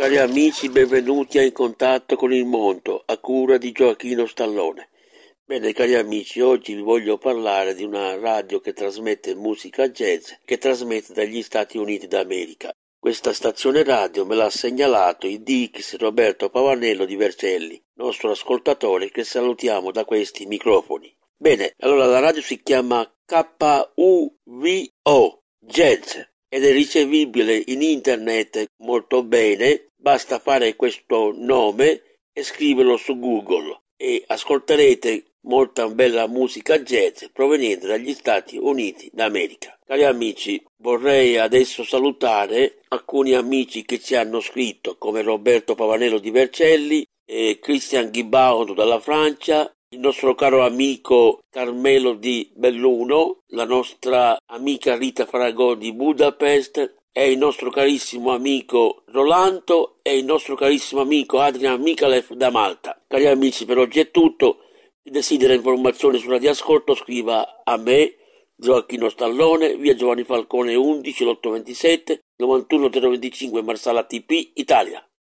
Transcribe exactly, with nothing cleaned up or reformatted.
Cari amici, benvenuti a In Contatto con il Mondo, a cura di Gioachino Stallone. Bene, cari amici, oggi vi voglio parlare di una radio che trasmette musica jazz, che trasmette dagli Stati Uniti d'America. Questa stazione radio me l'ha segnalato il D X Roberto Pavanello di Vercelli, nostro ascoltatore, che salutiamo da questi microfoni. Bene, allora la radio si chiama K U V O, Jazz, ed è ricevibile in internet molto bene. Basta fare questo nome e scriverlo su Google e ascolterete molta bella musica jazz proveniente dagli Stati Uniti d'America. Cari amici, vorrei adesso salutare alcuni amici che ci hanno scritto, come Roberto Pavanello di Vercelli, e Christian Guibaudo dalla Francia, il nostro caro amico Carmelo di Belluno, la nostra amica Rita Faragò di Budapest, e il nostro carissimo amico Rolando e il nostro carissimo amico Adrian Mikalev da Malta. Cari amici, per oggi è tutto. Chi desidera informazioni su Radio Ascolto scriva a me, Gioacchino Stallone, via Giovanni Falcone undici, l'ottocentoventisette, novantuno zero venticinque Marsala T P, Italia.